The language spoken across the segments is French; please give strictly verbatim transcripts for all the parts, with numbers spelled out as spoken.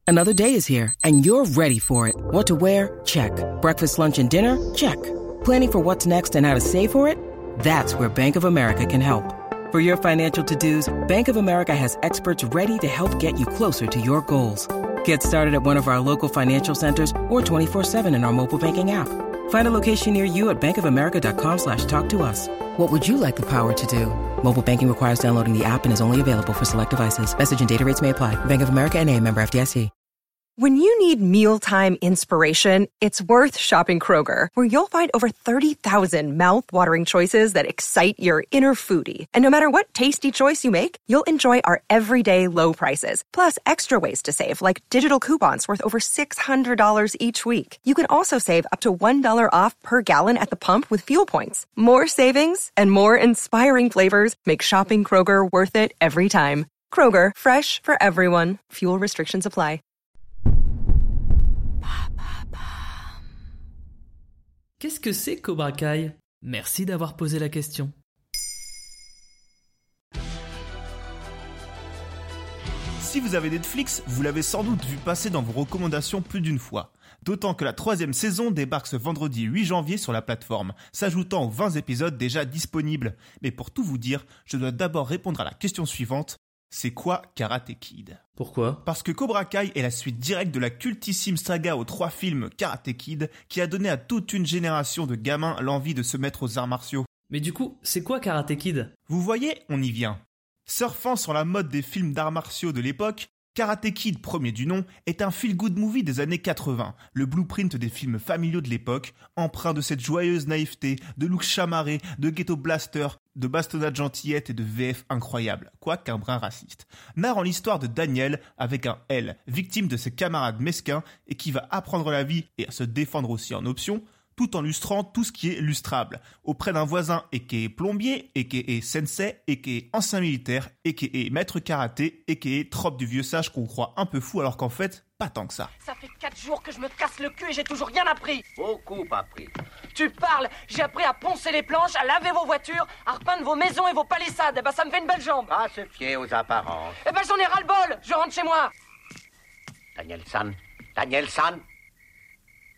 Another day is here, and you're ready for it. What to wear? Check. Breakfast, lunch, and dinner? Check. Planning for what's next and how to save for it? That's where Bank of America can help. For your financial to-dos, Bank of America has experts ready to help get you closer to your goals. Get started at one of our local financial centers or twenty-four seven in our mobile banking app. Find a location near you at bankofamerica.com slash talk to us. What would you like the power to do? Mobile banking requires downloading the app and is only available for select devices. Message and data rates may apply. Bank of America N A, member F D I C. When you need mealtime inspiration, it's worth shopping Kroger, where you'll find over thirty thousand mouth-watering choices that excite your inner foodie. And no matter what tasty choice you make, you'll enjoy our everyday low prices, plus extra ways to save, like digital coupons worth over six hundred dollars each week. You can also save up to one dollar off per gallon at the pump with fuel points. More savings and more inspiring flavors make shopping Kroger worth it every time. Kroger, fresh for everyone. Fuel restrictions apply. Qu'est-ce que c'est Cobra Kai ? Merci d'avoir posé la question. Si vous avez Netflix, vous l'avez sans doute vu passer dans vos recommandations plus d'une fois. D'autant que la troisième saison débarque ce vendredi huit janvier sur la plateforme, s'ajoutant aux vingt épisodes déjà disponibles. Mais pour tout vous dire, je dois d'abord répondre à la question suivante. C'est quoi Karate Kid ? Pourquoi ? Parce que Cobra Kai est la suite directe de la cultissime saga aux trois films Karate Kid qui a donné à toute une génération de gamins l'envie de se mettre aux arts martiaux. Mais du coup, c'est quoi Karate Kid ? Vous voyez, on y vient. Surfant sur la mode des films d'arts martiaux de l'époque, Karate Kid, premier du nom, est un feel-good movie des années quatre-vingts, le blueprint des films familiaux de l'époque, empreint de cette joyeuse naïveté, de looks chamarrés, de ghetto blaster, de bastonnades gentillettes et de V F incroyables, quoique un brin raciste. Narrant l'histoire de Daniel, avec un L, victime de ses camarades mesquins et qui va apprendre la vie et à se défendre aussi en option, tout en lustrant tout ce qui est lustrable, auprès d'un voisin aka plombier, aka sensei, aka ancien militaire, aka maître karaté, aka trope du vieux sage qu'on croit un peu fou alors qu'en fait, pas tant que ça. Ça fait quatre jours que je me casse le cul et j'ai toujours rien appris. Beaucoup appris. Tu parles, j'ai appris à poncer les planches, à laver vos voitures, à repeindre vos maisons et vos palissades. Eh ben ça me fait une belle jambe. Pas se fier aux apparences. Eh ben j'en ai ras-le-bol, je rentre chez moi. Daniel-san, Daniel-san. Quoi ?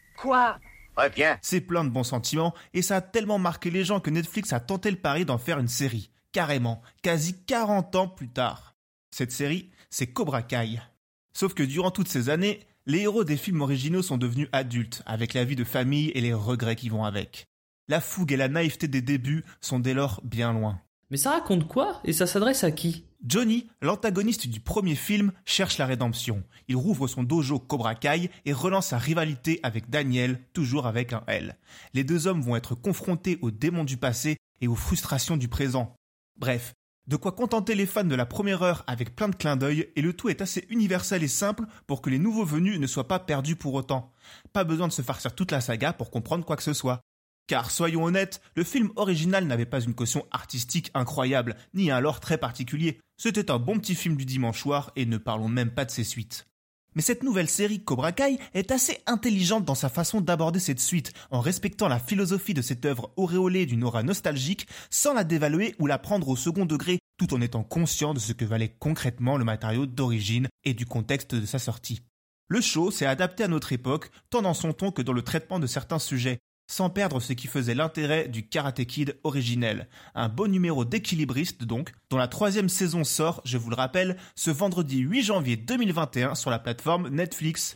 Reviens. C'est plein de bons sentiments et ça a tellement marqué les gens que Netflix a tenté le pari d'en faire une série. Carrément, quasi quarante ans plus tard. Cette série, c'est Cobra Kai. Sauf que durant toutes ces années, les héros des films originaux sont devenus adultes, avec la vie de famille et les regrets qui vont avec. La fougue et la naïveté des débuts sont dès lors bien loin. Mais ça raconte quoi ? Et ça s'adresse à qui ? Johnny, l'antagoniste du premier film, cherche la rédemption. Il rouvre son dojo Cobra Kai et relance sa rivalité avec Daniel, toujours avec un L. Les deux hommes vont être confrontés aux démons du passé et aux frustrations du présent. Bref, de quoi contenter les fans de la première heure avec plein de clins d'œil et le tout est assez universel et simple pour que les nouveaux venus ne soient pas perdus pour autant. Pas besoin de se farcir toute la saga pour comprendre quoi que ce soit. Car, soyons honnêtes, le film original n'avait pas une caution artistique incroyable, ni un lore très particulier. C'était un bon petit film du dimanche soir et ne parlons même pas de ses suites. Mais cette nouvelle série Cobra Kai est assez intelligente dans sa façon d'aborder cette suite, en respectant la philosophie de cette œuvre auréolée d'une aura nostalgique, sans la dévaluer ou la prendre au second degré, tout en étant conscient de ce que valait concrètement le matériau d'origine et du contexte de sa sortie. Le show s'est adapté à notre époque, tant dans son ton que dans le traitement de certains sujets, sans perdre ce qui faisait l'intérêt du Karate Kid originel. Un beau numéro d'équilibriste donc, dont la troisième saison sort, je vous le rappelle, ce vendredi huit janvier deux mille vingt et un sur la plateforme Netflix.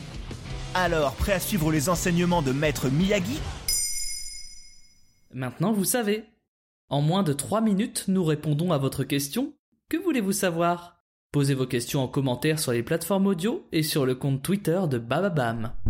Alors, prêt à suivre les enseignements de Maître Miyagi ? Maintenant vous savez. En moins de trois minutes, nous répondons à votre question. Que voulez-vous savoir ? Posez vos questions en commentaire sur les plateformes audio et sur le compte Twitter de Bababam.